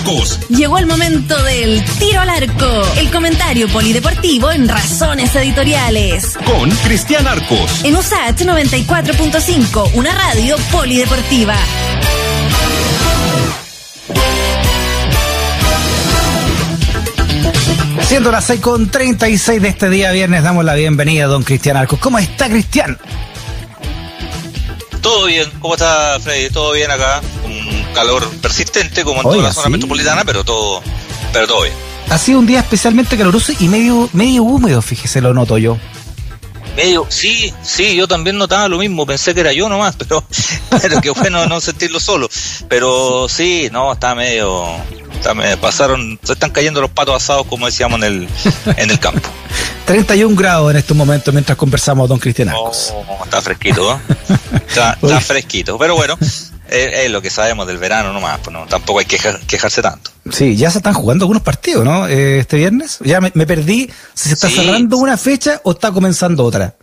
Arcos. Llegó el momento del tiro al arco, el comentario polideportivo en Razones Editoriales. Con Cristian Arcos. En USACH 94.5, una radio polideportiva. Siendo las 6:36 de este día viernes, damos la bienvenida a don Cristian Arcos. ¿Cómo está, Cristian? Todo bien, ¿cómo está, Freddy? Todo bien acá, con un calor persistente como en toda la zona metropolitana, pero todo bien. Ha sido un día especialmente caluroso y medio húmedo, fíjese, lo noto yo. Sí, yo también notaba lo mismo, pensé que era yo nomás, pero qué bueno no sentirlo solo. Pero sí, no, se están cayendo los patos asados, como decíamos en el campo. 31 grados en estos momentos mientras conversamos, don Cristian Arcos. Está fresquito, ¿eh? Está fresquito, pero bueno, es lo que sabemos del verano nomás, pues no, tampoco hay que quejarse tanto. Sí, ya se están jugando algunos partidos, ¿no? Este viernes, ya me perdí si se está cerrando una fecha o está comenzando otra.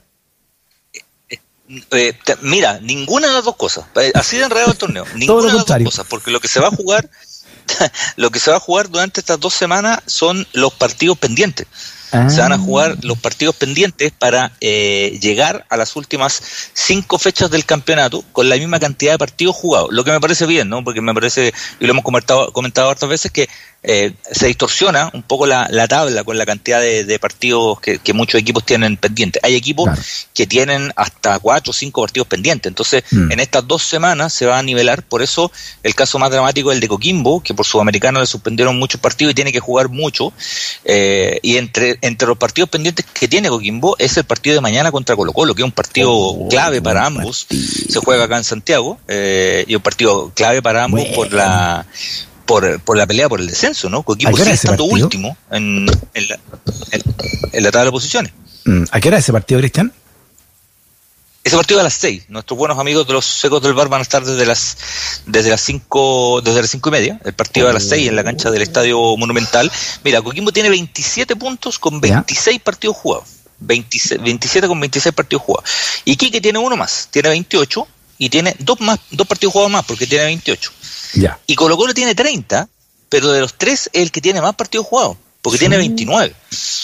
Mira, ninguna de las dos cosas, así de enredado el torneo, ninguna de las dos cosas, porque lo que se va a jugar durante estas 2 semanas son los partidos pendientes. Se van a jugar los partidos pendientes para llegar a las últimas 5 fechas del campeonato con la misma cantidad de partidos jugados, lo que me parece bien, ¿no? Porque me parece, y lo hemos comentado hartas veces, que se distorsiona un poco la tabla con la cantidad de partidos que muchos equipos tienen pendientes. Hay equipos que tienen hasta 4 o 5 partidos pendientes, entonces en estas 2 semanas se va a nivelar. Por eso el caso más dramático es el de Coquimbo, que por Sudamericana le suspendieron muchos partidos y tiene que jugar mucho, y entre los partidos pendientes que tiene Coquimbo es el partido de mañana contra Colo-Colo, que es un partido clave para ambos. Se juega acá en Santiago, y un partido clave para ambos por la pelea por el descenso, ¿no? Coquimbo sigue estando último en la tabla de posiciones. ¿A qué hora es ese partido, Cristian? Ese partido a las 6. Nuestros buenos amigos de los Secos del Bar van a estar desde las 5:30. El partido a las 6 en la cancha del Estadio Monumental. Mira, Coquimbo tiene 27 puntos con 26 partidos jugados. 27 con 26 partidos jugados. Y Quique tiene uno más, tiene 28 y tiene 2 partidos jugados más porque tiene 28. Ya. Y Colo-Colo tiene 30, pero de los 3 es el que tiene más partidos jugados, porque tiene 29.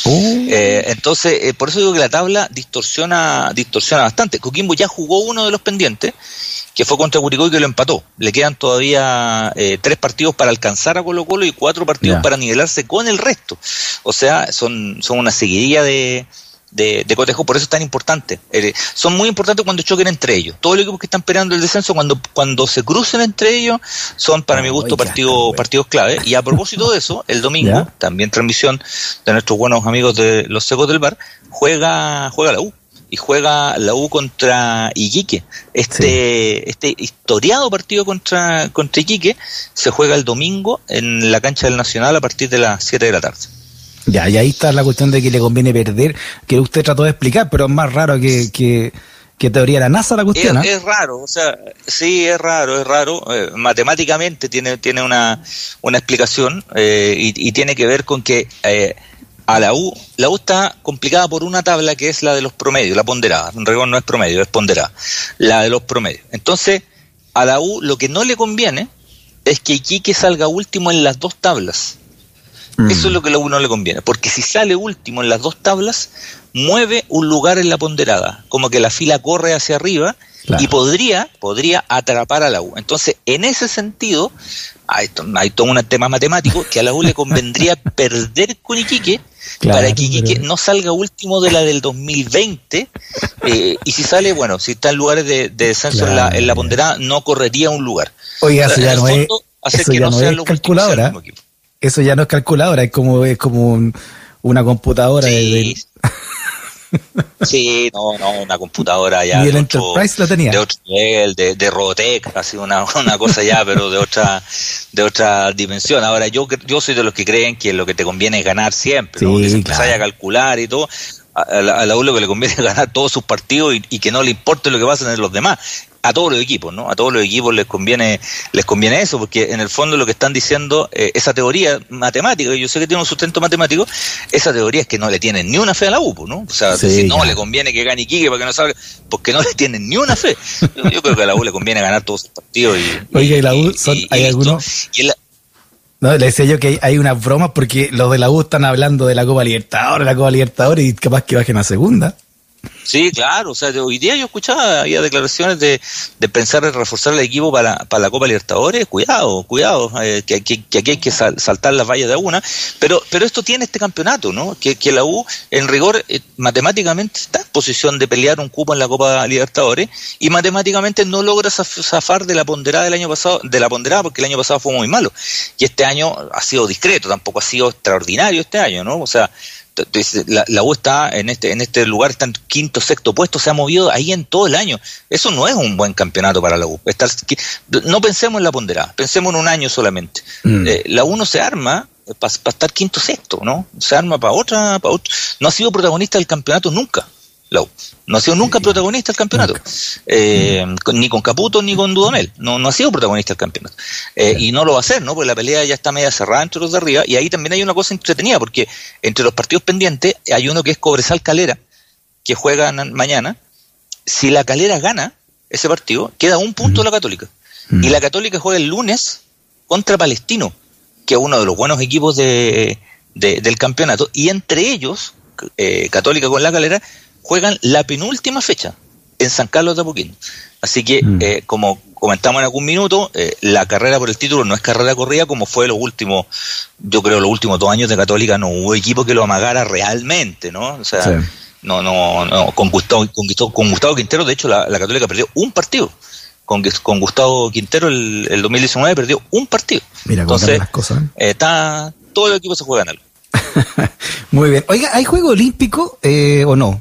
Entonces, por eso digo que la tabla distorsiona bastante. Coquimbo ya jugó uno de los pendientes, que fue contra Curicó y que lo empató. Le quedan todavía 3 partidos para alcanzar a Colo-Colo y 4 partidos para nivelarse con el resto. O sea, son una seguidilla de cotejo, por eso es tan importante. Son muy importantes cuando choquen entre ellos. Todos los equipos que están peleando el descenso, cuando se crucen entre ellos, son para mi gusto partidos clave. Y a propósito de eso, el domingo, también transmisión de nuestros buenos amigos de los Secos del Bar, juega la U. Y juega la U contra Iquique. Este historiado partido contra Iquique se juega el domingo en la cancha del Nacional a partir de las 7 de la tarde. Ya, y ahí está la cuestión de que le conviene perder, que usted trató de explicar, pero es más raro que teoría de la NASA la cuestión, ¿no? Es raro, o sea, sí, es raro. Matemáticamente tiene una explicación, y tiene que ver con que a la U está complicada por una tabla que es la de los promedios, la ponderada. En rigor no es promedio, es ponderada, la de los promedios. Entonces, a la U lo que no le conviene es que Iquique salga último en las 2 tablas. Eso es lo que a la U no le conviene, porque si sale último en las 2 tablas, mueve un lugar en la ponderada, como que la fila corre hacia arriba, y podría atrapar a la U. Entonces, en ese sentido, hay todo un tema matemático que a la U le convendría perder con Iquique, para que Iquique no salga último de la del 2020, y si sale, si está en lugares de descenso en la ponderada, no correría un lugar. Oiga, eso ya no es calculadora. Eso ya no es calculadora, es como una computadora. Sí, no, una computadora ya. Y el Enterprise lo tenía. De otro nivel, de Robotech, así una cosa ya, pero de otra dimensión. Ahora, yo soy de los que creen que lo que te conviene es ganar siempre, ¿no? Que se empieza a calcular y todo. A la U lo que le conviene es ganar todos sus partidos y que no le importe lo que pasen en los demás. A todos los equipos, ¿no? A todos los equipos les conviene eso, porque en el fondo lo que están diciendo, esa teoría matemática, yo sé que tiene un sustento matemático, esa teoría es que no le tienen ni una fe a la U, ¿no? O sea, si no le conviene que gane Iquique para que no salga, porque no le tienen ni una fe. Yo creo que a la U le conviene ganar todos sus partidos. Oiga, ¿y la U hay algunos? No, le decía yo que hay unas bromas porque los de la U están hablando de la Copa Libertadores y capaz que bajen a segunda. Sí, claro, o sea, hoy día yo escuchaba, había declaraciones de pensar en reforzar el equipo para la Copa Libertadores. Cuidado, que aquí hay que saltar las vallas de una, pero esto tiene este campeonato, ¿no? Que la U, en rigor, matemáticamente está en posición de pelear un cupo en la Copa Libertadores y matemáticamente no logra zafar de la ponderada del año pasado, porque el año pasado fue muy malo, y este año ha sido discreto, tampoco ha sido extraordinario este año, ¿no? O sea, la U está en este lugar, está en quinto, sexto puesto, se ha movido ahí en todo el año. Eso no es un buen campeonato para la U. No pensemos en la ponderada, pensemos en un año solamente. La U no se arma para estar quinto, sexto, ¿no? Se arma para otra. No ha sido protagonista del campeonato nunca. La U no ha sido nunca protagonista del campeonato, ni con Caputo ni con Dudamel, no ha sido protagonista del campeonato, y no lo va a hacer, ¿no? Porque la pelea ya está media cerrada entre los de arriba, y ahí también hay una cosa entretenida, porque entre los partidos pendientes hay uno que es Cobresal Calera, que juega mañana. Si la Calera gana ese partido, queda un punto la Católica, y la Católica juega el lunes contra Palestino, que es uno de los buenos equipos del campeonato, y entre ellos, Católica con la Calera, juegan la penúltima fecha en San Carlos de Apoquindo. Así que, como comentamos en algún minuto, la carrera por el título no es carrera corrida como fue los últimos 2 años de Católica. No hubo equipo que lo amagara realmente, ¿no? O sea, sí. No, con Gustavo Quintero, de hecho, la Católica perdió un partido. Con Gustavo Quintero el 2019 perdió un partido. Mira, entonces, las cosas, todo el equipo se juega en algo. Muy bien. Oiga, ¿hay juego olímpico o no?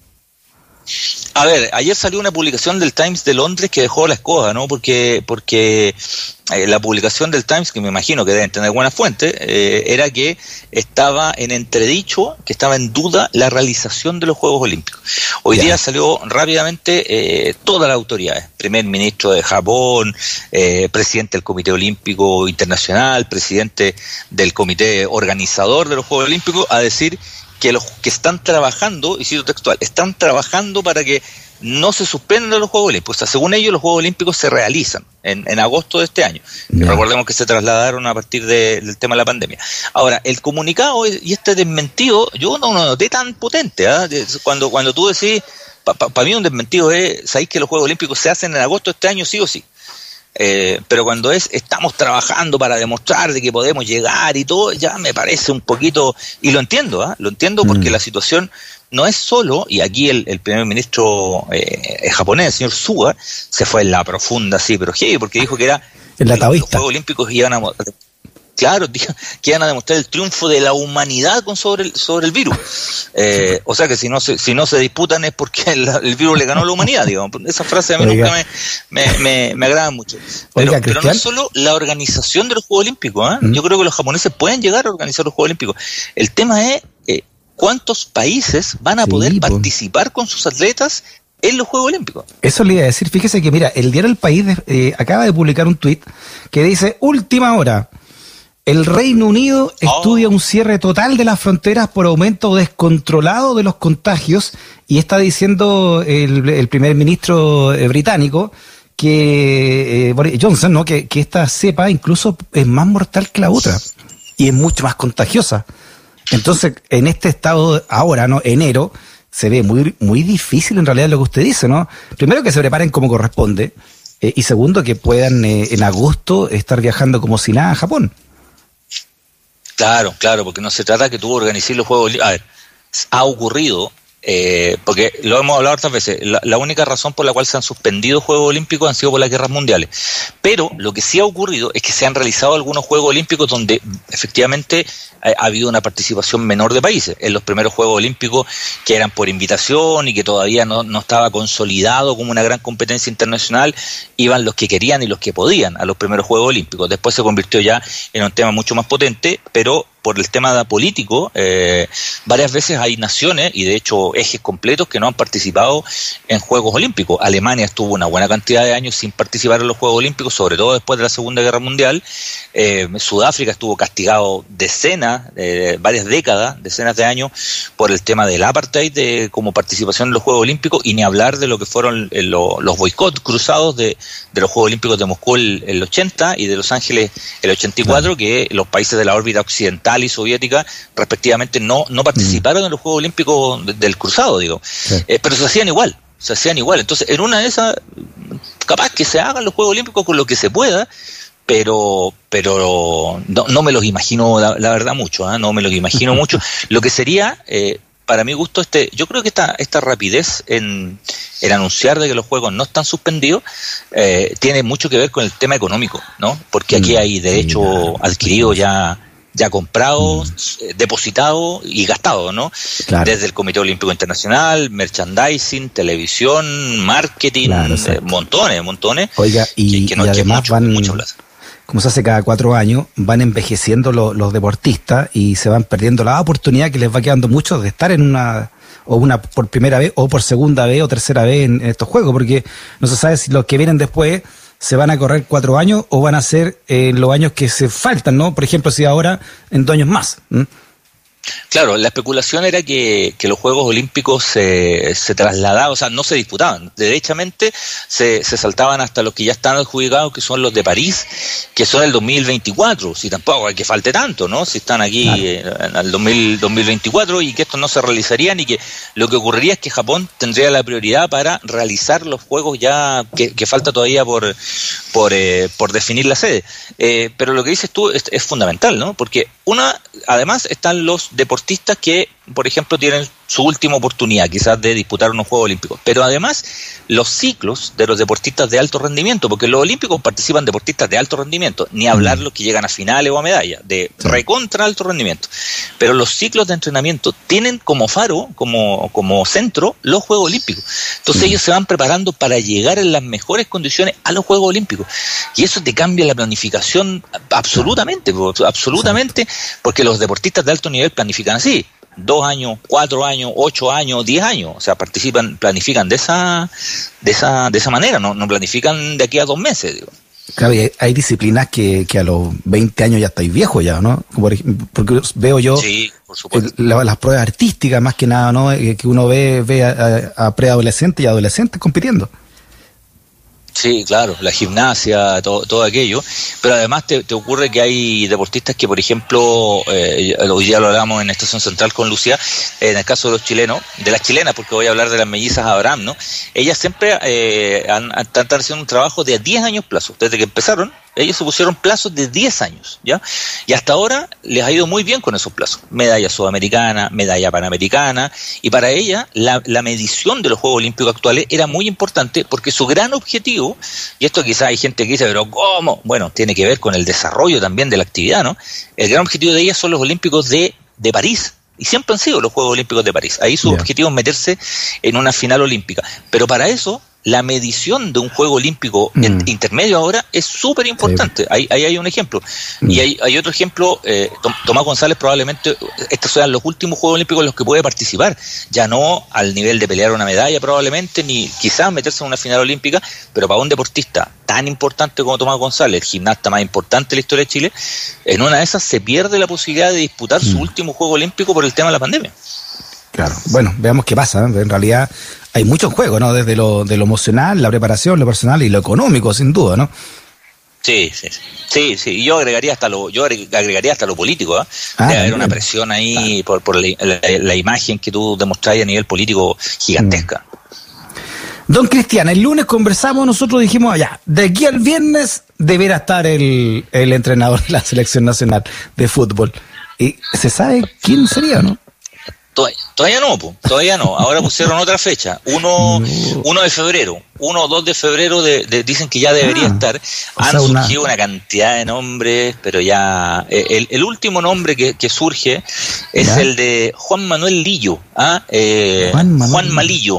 A ver, ayer salió una publicación del Times de Londres que dejó la escoba, ¿no? Porque la publicación del Times, que me imagino que deben tener buena fuente, era que estaba en entredicho, que estaba en duda la realización de los Juegos Olímpicos. Hoy día salió rápidamente todas las autoridades, primer ministro de Japón, presidente del Comité Olímpico Internacional, presidente del Comité Organizador de los Juegos Olímpicos, a decir que los que están trabajando, y cito textual, están trabajando para que no se suspendan los Juegos Olímpicos. O sea, según ellos, los Juegos Olímpicos se realizan en agosto de este año. Recordemos que se trasladaron a partir del tema de la pandemia. Ahora, el comunicado y este desmentido, yo no lo noté tan potente. Cuando tú decís, para mí un desmentido es, sabéis que los Juegos Olímpicos se hacen en agosto de este año, sí o sí. Pero cuando estamos trabajando para demostrar de que podemos llegar y todo, ya me parece un poquito, y lo entiendo, porque la situación no es solo, y aquí el primer ministro japonés, el señor Suga, se fue en la profunda, sí, pero heavy, porque dijo que era los Juegos Olímpicos iban a que iban a demostrar el triunfo de la humanidad sobre el virus. O sea que si no se disputan es porque el virus le ganó a la humanidad, digamos. Esa frase a mí nunca me agrada mucho. Pero no es solo la organización de los Juegos Olímpicos, Yo creo que los japoneses pueden llegar a organizar los Juegos Olímpicos. El tema es cuántos países van a poder participar con sus atletas en los Juegos Olímpicos. Eso le iba a decir. Fíjese que, mira, el diario El País acaba de publicar un tuit que dice: última hora. El Reino Unido estudia un cierre total de las fronteras por aumento descontrolado de los contagios, y está diciendo el primer ministro británico que Boris Johnson, ¿no? Que esta cepa incluso es más mortal que la otra y es mucho más contagiosa. Entonces, en este estado ahora, ¿no? Enero, se ve muy, muy difícil en realidad lo que usted dice, ¿no? Primero, que se preparen como corresponde, y segundo, que puedan en agosto estar viajando como si nada a Japón. Claro, porque no se trata que tú organices los Juegos Olímpicos. A ver, ha ocurrido, porque lo hemos hablado otras veces, la única razón por la cual se han suspendido Juegos Olímpicos han sido por las guerras mundiales. Pero lo que sí ha ocurrido es que se han realizado algunos Juegos Olímpicos donde efectivamente ha habido una participación menor de países. En los primeros Juegos Olímpicos, que eran por invitación y que todavía no estaba consolidado como una gran competencia internacional, iban los que querían y los que podían a los primeros Juegos Olímpicos. Después se convirtió ya en un tema mucho más potente, pero por el tema político, varias veces hay naciones y de hecho ejes completos que no han participado en Juegos Olímpicos. Alemania estuvo una buena cantidad de años sin participar en los Juegos Olímpicos, sobre todo después de la Segunda Guerra Mundial. Sudáfrica estuvo castigado varias décadas, decenas de años, por el tema del apartheid como participación en los Juegos Olímpicos, y ni hablar de lo que fueron los boicots cruzados de los Juegos Olímpicos de Moscú el 80 y de Los Ángeles el 84, que los países de la órbita occidental y soviética respectivamente no participaron en los Juegos Olímpicos del cruzado, digo. Sí. Pero se hacían igual. Entonces, en una de esas, capaz que se hagan los Juegos Olímpicos con lo que se pueda, pero no me los imagino, la verdad, mucho, no me los imagino mucho. Lo que sería, para mi gusto, yo creo que esta rapidez en anunciar de que los juegos no están suspendidos tiene mucho que ver con el tema económico, ¿no? Porque aquí hay derecho adquirido ya comprado, depositado y gastado, ¿no? Claro. Desde el Comité Olímpico Internacional, merchandising, televisión, marketing, claro, montones. Oiga, y además mucho plata. Como se hace cada 4 años, van envejeciendo los deportistas y se van perdiendo la oportunidad que les va quedando mucho de estar en una por primera vez o por segunda vez o tercera vez en estos juegos, porque no se sabe si los que vienen después se van a correr 4 años o van a ser los años que se faltan, ¿no? Por ejemplo, si ahora en 2 años más. Claro, la especulación era que los Juegos Olímpicos se trasladaban, o sea, no se disputaban. Derechamente se saltaban hasta los que ya están adjudicados, que son los de París, que son el 2024. Si tampoco hay que falte tanto, ¿no? Si están aquí en el 2024 y que esto no se realizarían, y que lo que ocurriría es que Japón tendría la prioridad para realizar los Juegos ya que falta todavía por definir la sede. Pero lo que dices tú es fundamental, ¿no? Porque además están los deportistas que, por ejemplo, tienen su última oportunidad quizás de disputar unos Juegos Olímpicos, pero además los ciclos de los deportistas de alto rendimiento, porque en los Olímpicos participan deportistas de alto rendimiento, ni hablar los que llegan a finales o a medallas, de recontra alto rendimiento, pero los ciclos de entrenamiento tienen como faro, como centro, los Juegos Olímpicos. Entonces ellos se van preparando para llegar en las mejores condiciones a los Juegos Olímpicos, y eso te cambia la planificación absolutamente, porque los deportistas de alto nivel planifican así: 2 años, 4 años, 8 años, 10 años, o sea, planifican de esa manera, no planifican de aquí a 2 meses, digo. Claro, y hay disciplinas que a los 20 años ya estáis viejos ya, ¿no? Porque veo yo las pruebas artísticas más que nada, ¿no? Que uno ve a preadolescentes y adolescentes compitiendo. Sí, claro, la gimnasia, todo aquello, pero además te ocurre que hay deportistas que, por ejemplo, hoy ya lo hablamos en Estación Central con Lucía, en el caso de las chilenas, porque voy a hablar de las mellizas Abraham, ¿no? Ellas siempre están haciendo un trabajo de 10 años plazo, desde que empezaron. Ellos se pusieron plazos de 10 años, ¿ya? Y hasta ahora les ha ido muy bien con esos plazos. Medalla sudamericana, medalla panamericana, y para ella la medición de los Juegos Olímpicos actuales era muy importante, porque su gran objetivo, y esto quizás hay gente que dice, pero ¿cómo? Bueno, tiene que ver con el desarrollo también de la actividad, ¿no? El gran objetivo de ellas son los Olímpicos de París. Y siempre han sido los Juegos Olímpicos de París. Ahí su objetivo es meterse en una final olímpica. Pero para eso, la medición de un Juego Olímpico intermedio ahora es súper importante. Sí. Ahí hay un ejemplo. Y hay otro ejemplo, Tomás González probablemente estos sean los últimos Juegos Olímpicos en los que puede participar. Ya no al nivel de pelear una medalla probablemente, ni quizás meterse en una final olímpica, pero para un deportista tan importante como Tomás González, el gimnasta más importante de la historia de Chile, en una de esas se pierde la posibilidad de disputar su último Juego Olímpico por el tema de la pandemia. Claro, bueno, veamos qué pasa, ¿eh? En realidad hay mucho en juego, ¿no? Desde lo emocional, la preparación, lo personal y lo económico, sin duda, ¿no? Sí. Y yo agregaría hasta lo político, ¿eh? Debe haber una presión ahí por la imagen que tú demostrás a nivel político gigantesca. Don Cristian, el lunes conversamos, nosotros dijimos, de aquí al viernes deberá estar el entrenador de la selección nacional de fútbol. ¿Y se sabe quién sería, no? Todavía Todavía no. Ahora pusieron otra fecha, 1 de febrero, 1 o 2 de febrero dicen que ya debería estar. Han surgido una cantidad de nombres, pero ya el último nombre que surge es el de Juan Manuel Lillo, Juan Malillo,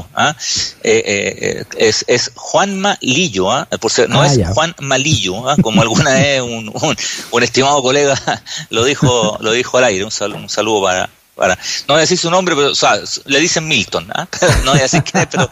es Juanma Lillo, no es Juan Malillo, como alguna vez un estimado colega lo dijo al aire. Un saludo para no voy a decir su nombre, pero le dicen Milton, no voy a decir quién es, pero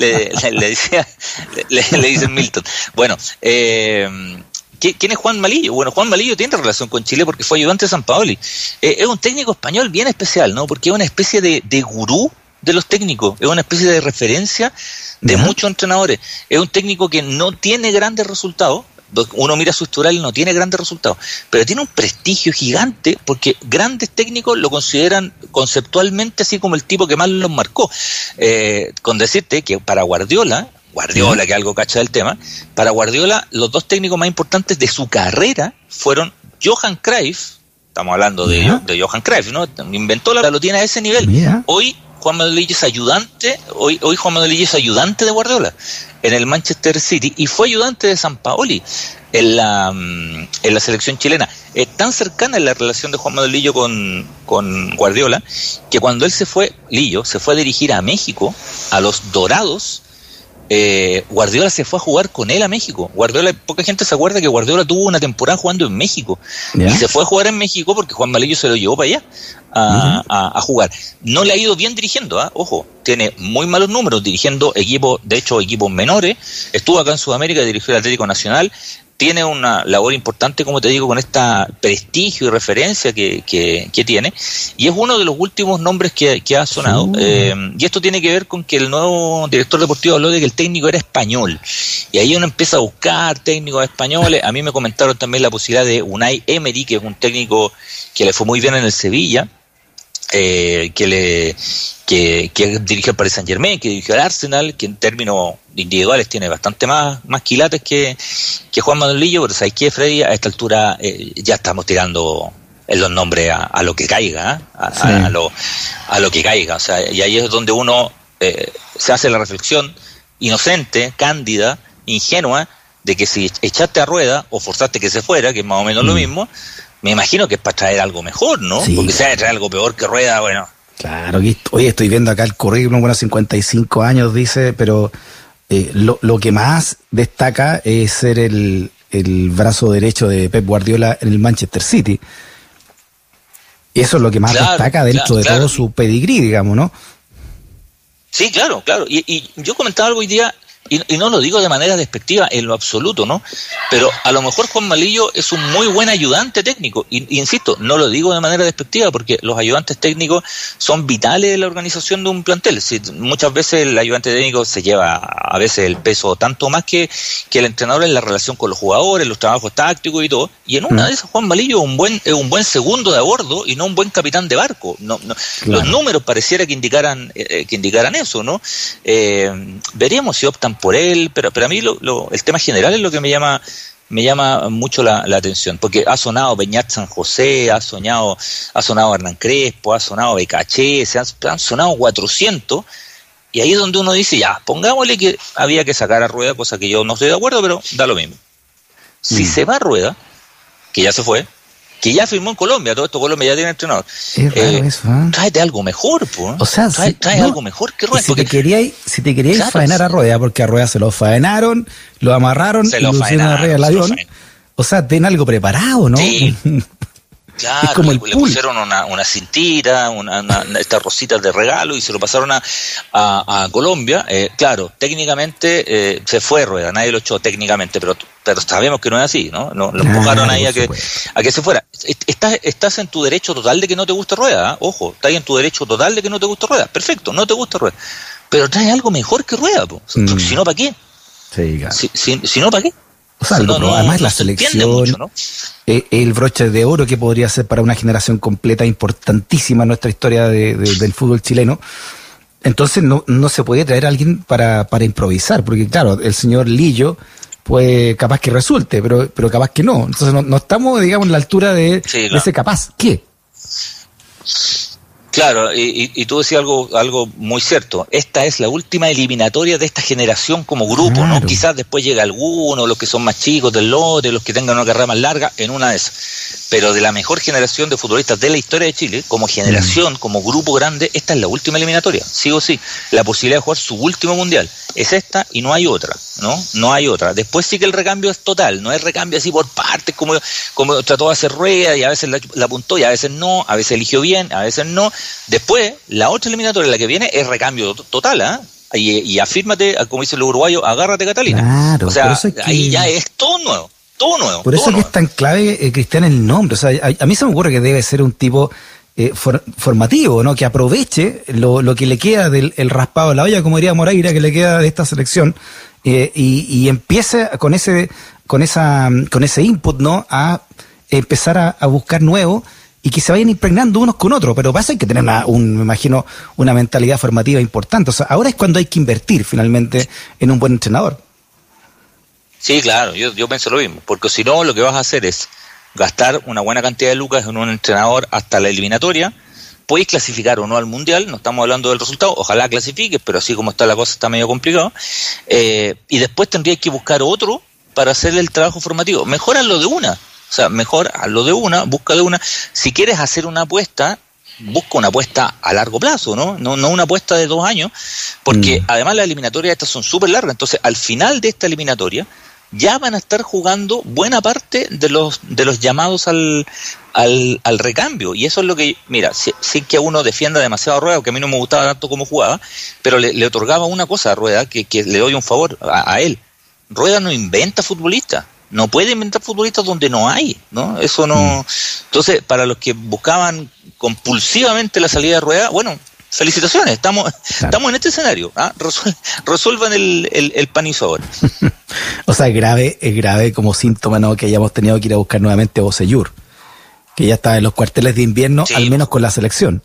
le dicen Milton. Bueno, ¿quién es Juan Malillo? Bueno, Juan Malillo tiene relación con Chile porque fue ayudante de Sampaoli. Es un técnico español bien especial, ¿no? Porque es una especie de gurú de los técnicos, es una especie de referencia de muchos entrenadores. Es un técnico que no tiene grandes resultados. Uno mira su historial y no tiene grandes resultados, pero tiene un prestigio gigante porque grandes técnicos lo consideran conceptualmente así como el tipo que más los marcó. Con decirte que para Guardiola, que algo cacha del tema, para Guardiola los 2 técnicos más importantes de su carrera fueron Johan Cruyff, estamos hablando de Johan Cruyff, ¿no? Inventó lo tiene a ese nivel. Hoy Juan Manuel Lillo es ayudante, hoy Juan Manuel Lillo es ayudante de Guardiola en el Manchester City y fue ayudante de Sampaoli en la selección chilena. Es tan cercana en la relación de Juan Manuel Lillo con Guardiola que cuando él Lillo se fue a dirigir a México, a los Dorados, Guardiola se fue a jugar con él a México. Poca gente se acuerda que Guardiola tuvo una temporada jugando en México y se fue a jugar en México porque Juan Malillo se lo llevó para allá a jugar. No le ha ido bien dirigiendo, ojo, tiene muy malos números dirigiendo equipos menores. Estuvo acá en Sudamérica, dirigió el Atlético Nacional. Tiene una labor importante, como te digo, con este prestigio y referencia que tiene, y es uno de los últimos nombres que ha sonado. Y esto tiene que ver con que el nuevo director deportivo habló de que el técnico era español, y ahí uno empieza a buscar técnicos españoles. A mí me comentaron también la posibilidad de Unai Emery, que es un técnico que le fue muy bien en el Sevilla, que dirigió el Paris Saint-Germain, que dirigió el Arsenal, que en términos individuales tiene bastante más quilates que Juan Manuel Lillo. Pero ¿sabes qué, Freddy? A esta altura ya estamos tirando en los nombres a lo que caiga, a lo que caiga. O sea, y ahí es donde uno se hace la reflexión inocente, cándida, ingenua, de que si echaste a Rueda o forzaste que se fuera, que es más o menos lo mismo, me imagino que es para traer algo mejor, ¿no? Sí. Porque si hay traer algo peor que Rueda, bueno. Claro, hoy estoy viendo acá el currículum, 55 años dice, pero lo que más destaca es ser el brazo derecho de Pep Guardiola en el Manchester City. Eso es lo que más destaca dentro de todo su pedigrí, digamos, ¿no? Sí, claro. Y yo comentaba algo hoy día, y no lo digo de manera despectiva en lo absoluto, ¿no? Pero a lo mejor Juan Malillo es un muy buen ayudante técnico, y insisto, no lo digo de manera despectiva porque los ayudantes técnicos son vitales de la organización de un plantel. Muchas veces el ayudante técnico se lleva a veces el peso tanto más que el entrenador en la relación con los jugadores, los trabajos tácticos y todo, y en una de esas Juan Malillo es un buen segundo de a bordo y no un buen capitán de barco. No, claro. Los números pareciera que indicaran eso, ¿no? Veríamos si optan por él, pero a mí el tema general es lo que me llama mucho la atención, porque ha sonado Beñat San José, ha sonado Hernán Crespo, ha sonado Becaché, han sonado 400, y ahí es donde uno dice, ya, pongámosle que había que sacar a Rueda, cosa que yo no estoy de acuerdo, pero da lo mismo. Si se va a Rueda, que ya se fue, que ya firmó en Colombia, todo esto Colombia ya tiene entrenador. Es raro eso, tráete algo mejor, pues. O sea, trae algo mejor que Rueda. Si te queríais claro, faenar a Rueda, porque a Rueda se lo faenaron, lo amarraron y lo pusieron arriba del avión. O sea, ten algo preparado, ¿no? Sí. Claro, es como le pusieron una cintita, estas rositas de regalo y se lo pasaron a Colombia. Claro, técnicamente se fue Rueda, nadie lo echó técnicamente, pero sabemos que no es así, ¿no? Lo empujaron ahí a que se fuera. Estás en tu derecho total de que no te guste Rueda, ¿eh? Ojo, estás en tu derecho total de que no te guste Rueda. Perfecto, no te gusta Rueda. Pero trae algo mejor que Rueda, po. Si no, ¿para qué? Sí, claro. Si no, ¿para qué? O sea, además la selección, mucho, ¿no? El broche de oro que podría ser para una generación completa importantísima en nuestra historia del fútbol chileno. Entonces no se puede traer a alguien para improvisar, porque claro, el señor Lillo pues capaz que resulte, pero capaz que no. Entonces no estamos, digamos, en la altura de ese capaz. ¿Qué? Claro, y tú decías algo muy cierto. Esta es la última eliminatoria de esta generación como grupo, claro, ¿no? Quizás después llega alguno, los que son más chicos del lote, los que tengan una carrera más larga, en una de esas. Pero de la mejor generación de futbolistas de la historia de Chile, como generación, como grupo grande, esta es la última eliminatoria, sí o sí. La posibilidad de jugar su último mundial es esta y no hay otra, ¿no? No hay otra. Después sí que el recambio es total, no es recambio así por partes, como trató de hacer Rueda, y a veces la apuntó y a veces no, a veces eligió bien, a veces no. Después, la otra eliminatoria, la que viene, es recambio total, ¿ah? Y afírmate, como dicen los uruguayos, agárrate, Catalina. Claro, o sea, es que... ahí ya es todo nuevo. Todo nuevo. Por eso todo que nuevo. Es tan clave, Cristian, el nombre. O sea, a mí se me ocurre que debe ser un tipo formativo, ¿no? Que aproveche lo que le queda del el raspado de la olla, como diría Moreira, que le queda de esta selección, y empiece con ese input, ¿no? A empezar a buscar nuevo y que se vayan impregnando unos con otros. Pero pasa, hay que tener me imagino, una mentalidad formativa importante. O sea, ahora es cuando hay que invertir finalmente en un buen entrenador. Sí, claro, yo pienso lo mismo, porque si no, lo que vas a hacer es gastar una buena cantidad de lucas en un entrenador hasta la eliminatoria. Podéis clasificar o no al Mundial, no estamos hablando del resultado, ojalá clasifiques, pero así como está la cosa está medio complicado, y después tendríais que buscar otro para hacer el trabajo formativo. Mejor hazlo de una, busca de una. Si quieres hacer una apuesta, busca una apuesta a largo plazo, ¿no? No una apuesta de 2 años, porque además las eliminatorias estas son súper largas. Entonces al final de esta eliminatoria ya van a estar jugando buena parte de los llamados al recambio, y eso es lo que, mira, sin que uno defienda demasiado a Rueda, que a mí no me gustaba tanto como jugaba, pero le otorgaba una cosa a Rueda, que le doy un favor a él. Rueda no inventa futbolistas, no puede inventar futbolistas donde no hay, ¿no? Eso no. Entonces, para los que buscaban compulsivamente la salida de Rueda, bueno, felicitaciones, estamos en este escenario, ¿ah? Resuelvan el pan y sabor. O sea, es grave como síntoma, ¿no? Que hayamos tenido que ir a buscar nuevamente a Bocellur, que ya está en los cuarteles de invierno, sí, al menos con la selección.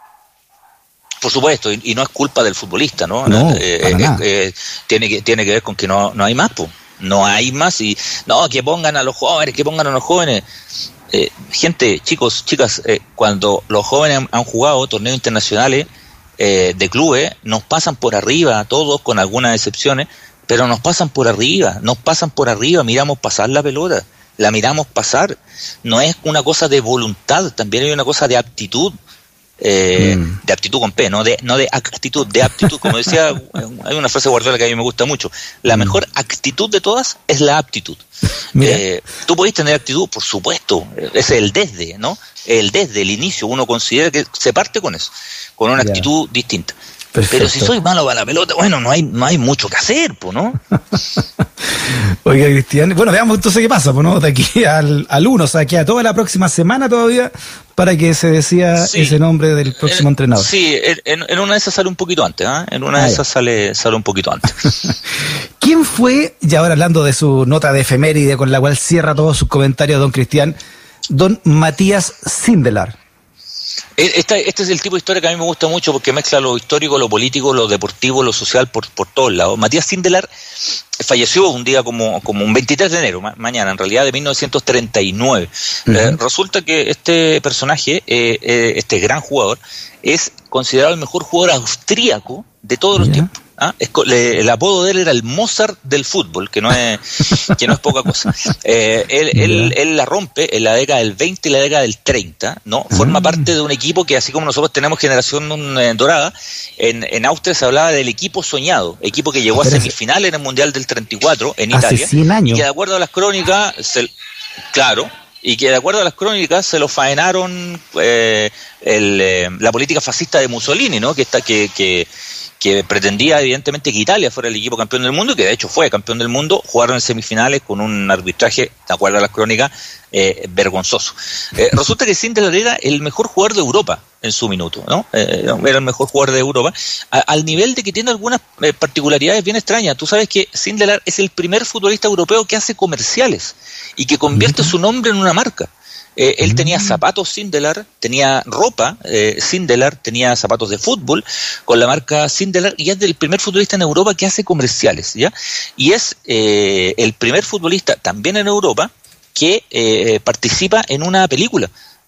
Por supuesto, y no es culpa del futbolista, ¿no? No, tiene que ver con que no hay más, pues. No hay más, y no, que pongan a los jóvenes, gente, chicos, chicas, cuando los jóvenes han jugado torneos internacionales de clubes, nos pasan por arriba, todos con algunas excepciones, pero nos pasan por arriba, miramos pasar la pelota, la miramos pasar. No es una cosa de voluntad, también hay una cosa de aptitud. De aptitud con P, no de actitud, de aptitud, como decía, hay una frase de Guardiola que a mí me gusta mucho: la mejor actitud de todas es la aptitud. Tú podés tener actitud, por supuesto, es el desde, ¿no? El inicio, uno considera que se parte con eso, con una actitud distinta. Perfecto. Pero si soy malo para la pelota, bueno, no hay mucho que hacer, pues, ¿no? Oiga, Cristian, bueno, veamos entonces qué pasa, pues, ¿no? De aquí al 1, o sea, queda toda la próxima semana todavía para que se decida ese nombre del próximo entrenador. Sí, en una de esas sale un poquito antes, ¿eh? En una de esas sale un poquito antes. ¿Quién fue, y ahora hablando de su nota de efeméride con la cual cierra todos sus comentarios, don Cristian, don Matías Sindelar? Este es el tipo de historia que a mí me gusta mucho, porque mezcla lo histórico, lo político, lo deportivo, lo social por todos lados. Matías Sindelar falleció un día como un 23 de enero, mañana en realidad, de 1939. Resulta que este personaje, este gran jugador, es considerado el mejor jugador austríaco de todos los tiempos. ¿Ah? El apodo de él era el Mozart del fútbol, que no es poca cosa. Él la rompe en la década del 20 y la década del 30, ¿no? Forma parte de un equipo que, así como nosotros tenemos generación dorada, en Austria se hablaba del equipo soñado, equipo que llegó a semifinales en el Mundial del 34 en Italia. Hace 100 años. Y que de acuerdo a las crónicas, se lo faenaron la política fascista de Mussolini, ¿no? Que pretendía evidentemente que Italia fuera el equipo campeón del mundo, y que de hecho fue campeón del mundo. Jugaron en semifinales con un arbitraje, de acuerdo a las crónicas, vergonzoso. Resulta que Sindelar era el mejor jugador de Europa en su minuto, ¿no? Era el mejor jugador de Europa, al nivel de que tiene algunas particularidades bien extrañas. Tú sabes que Sindelar es el primer futbolista europeo que hace comerciales y que convierte su nombre en una marca. Él tenía zapatos Sindelar, tenía ropa Sindelar, tenía zapatos de fútbol con la marca Sindelar, y es el primer futbolista en Europa que hace comerciales, ¿ya? Y es el primer futbolista también en Europa que participa en una película.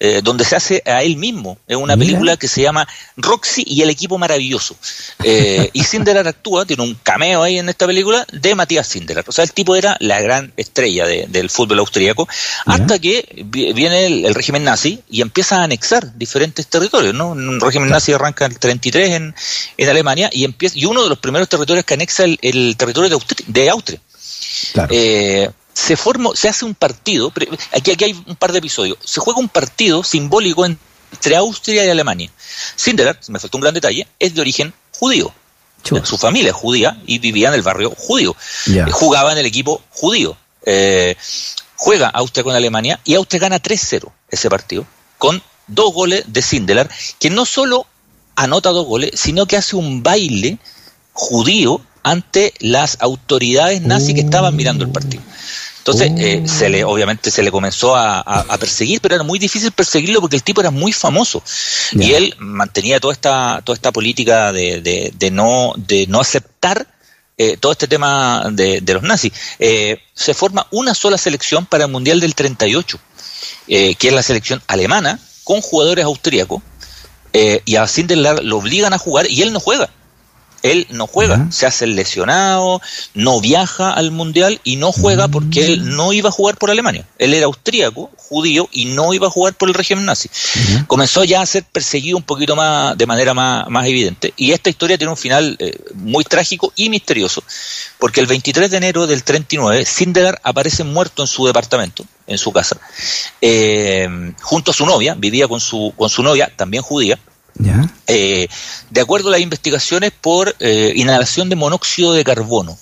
donde se hace a él mismo. Es una película que se llama Roxy y el equipo maravilloso. Y Sindelar actúa, tiene un cameo ahí en esta película de Matías Sindelar. O sea, el tipo era la gran estrella del fútbol austríaco, hasta que viene el régimen nazi y empieza a anexar diferentes territorios, ¿no? Un régimen nazi arranca en el 33 en Alemania y uno de los primeros territorios que anexa el territorio de Austria. Claro. Se hace un partido, aquí hay un par de episodios, se juega un partido simbólico entre Austria y Alemania. Sindelar, me faltó un gran detalle, es de origen judío. Su familia es judía y vivía en el barrio judío. Jugaba en el equipo judío. Juega Austria con Alemania y Austria gana 3-0 ese partido, con 2 goles de Sindelar, que no solo anota 2 goles, sino que hace un baile judío ante las autoridades nazis que estaban mirando el partido. Entonces, obviamente se le comenzó a perseguir, pero era muy difícil perseguirlo porque el tipo era muy famoso. Y él mantenía toda esta política de no aceptar todo este tema de los nazis. Se forma una sola selección para el Mundial del 38, que es la selección alemana, con jugadores austríacos, y a Sindelar lo obligan a jugar y él no juega. Se hace el lesionado, no viaja al Mundial y no juega porque él no iba a jugar por Alemania. Él era austríaco, judío, y no iba a jugar por el régimen nazi. Comenzó ya a ser perseguido un poquito más, de manera más evidente, y esta historia tiene un final muy trágico y misterioso, porque el 23 de enero del 39, Sindelar aparece muerto en su departamento, en su casa, junto a su novia, vivía con su novia, también judía. De acuerdo a las investigaciones, por inhalación de monóxido de carbono.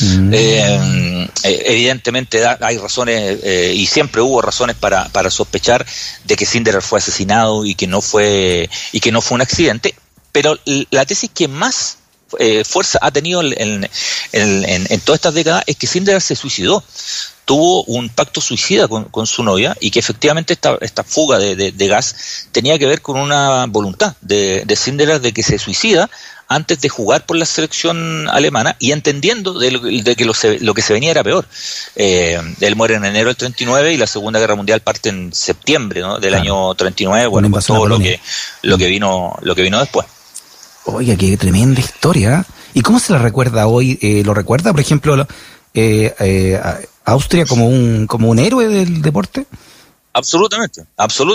Evidentemente hay razones, y siempre hubo razones para sospechar de que Sindelar fue asesinado y que no fue un accidente, pero la tesis que más fuerza ha tenido en todas estas décadas es que Sindelar se suicidó. Tuvo un pacto suicida con su novia, y que efectivamente esta fuga de gas tenía que ver con una voluntad de Sindelar de que se suicida antes de jugar por la selección alemana, y entendiendo de que lo que se venía era peor. Él muere en enero del 39 y la Segunda Guerra Mundial parte en septiembre, ¿no?, del año 39, bueno, con todo lo que vino después. Oiga, qué tremenda historia. ¿Y cómo se la recuerda hoy? ¿Lo recuerda, por ejemplo, Austria como un héroe del deporte? Absolutamente.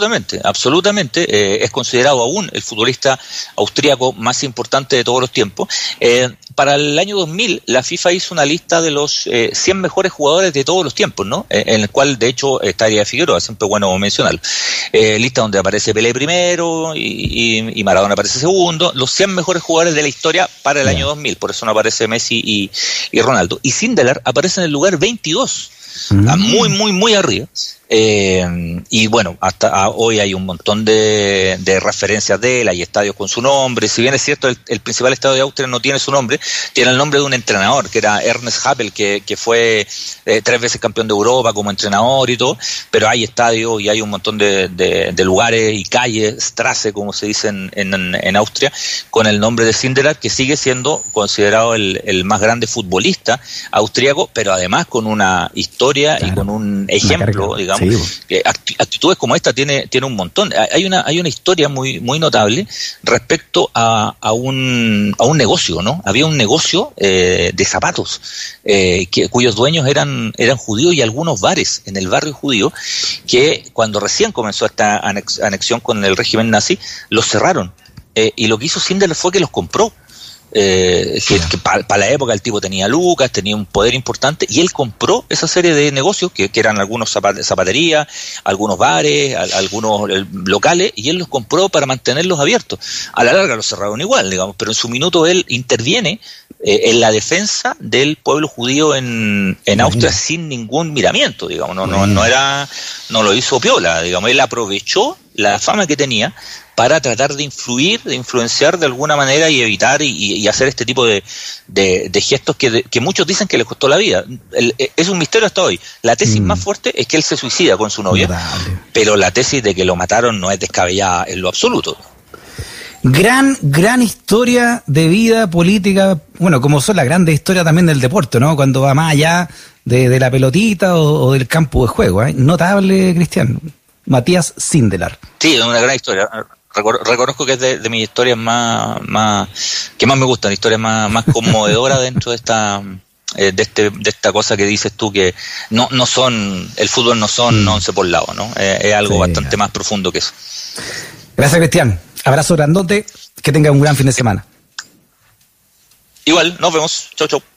Es considerado aún el futbolista austríaco más importante de todos los tiempos. Para el año 2000, la FIFA hizo una lista de los 100 mejores jugadores de todos los tiempos, ¿no? En el cual, de hecho, está Arias Figueroa, siempre es bueno mencionarlo. Lista donde aparece Pelé primero y Maradona aparece segundo. Los 100 mejores jugadores de la historia para el año 2000, por eso no aparece Messi y Ronaldo. Y Sindelar aparece en el lugar 22. Muy, muy, muy arriba. Y bueno, hasta hoy hay un montón de referencias de él, hay estadios con su nombre. Si bien es cierto, el principal estadio de Austria no tiene su nombre, tiene el nombre de un entrenador, que era Ernst Happel, que fue 3 veces campeón de Europa como entrenador y todo, pero hay estadios y hay un montón de lugares y calles, Strasse, como se dice en Austria, con el nombre de Sindelar, que sigue siendo considerado el más grande futbolista austríaco, pero además con una historia y con un ejemplo, digamos. Sí. Actitudes como esta tiene un montón. Hay una historia muy, muy notable respecto a un negocio, ¿no? Había un negocio de zapatos cuyos dueños eran judíos, y algunos bares en el barrio judío que cuando recién comenzó esta anexión con el régimen nazi los cerraron, y lo que hizo Sindelar fue que los compró. Que para la época el tipo tenía lucas, tenía un poder importante, y él compró esa serie de negocios que eran algunos zapaterías, algunos bares, algunos locales, y él los compró para mantenerlos abiertos. A la larga los cerraron igual, digamos, pero en su minuto él interviene en la defensa del pueblo judío en Austria sin ningún miramiento, digamos. No lo hizo piola, digamos. Él aprovechó la fama que tenía para tratar de influenciar de alguna manera y evitar y hacer este tipo de gestos que muchos dicen que le costó la vida. Es un misterio hasta hoy. La tesis más fuerte es que él se suicida con su novia, pero la tesis de que lo mataron no es descabellada en lo absoluto. Gran historia de vida política, bueno, como son las grandes historias también del deporte, ¿no? Cuando va más allá de la pelotita o del campo de juego, ¿eh? Notable, Cristian. Matías Sindelar. Sí, es una gran historia. Reconozco que es de mis historias que más me gustan, historias más conmovedoras dentro de esta cosa que dices tú, que no son, el fútbol no son 11 por lado, ¿no? Es algo bastante más profundo que eso. Gracias, Cristian. Abrazo grandote, que tenga un gran fin de semana. Igual, nos vemos. Chau, chau.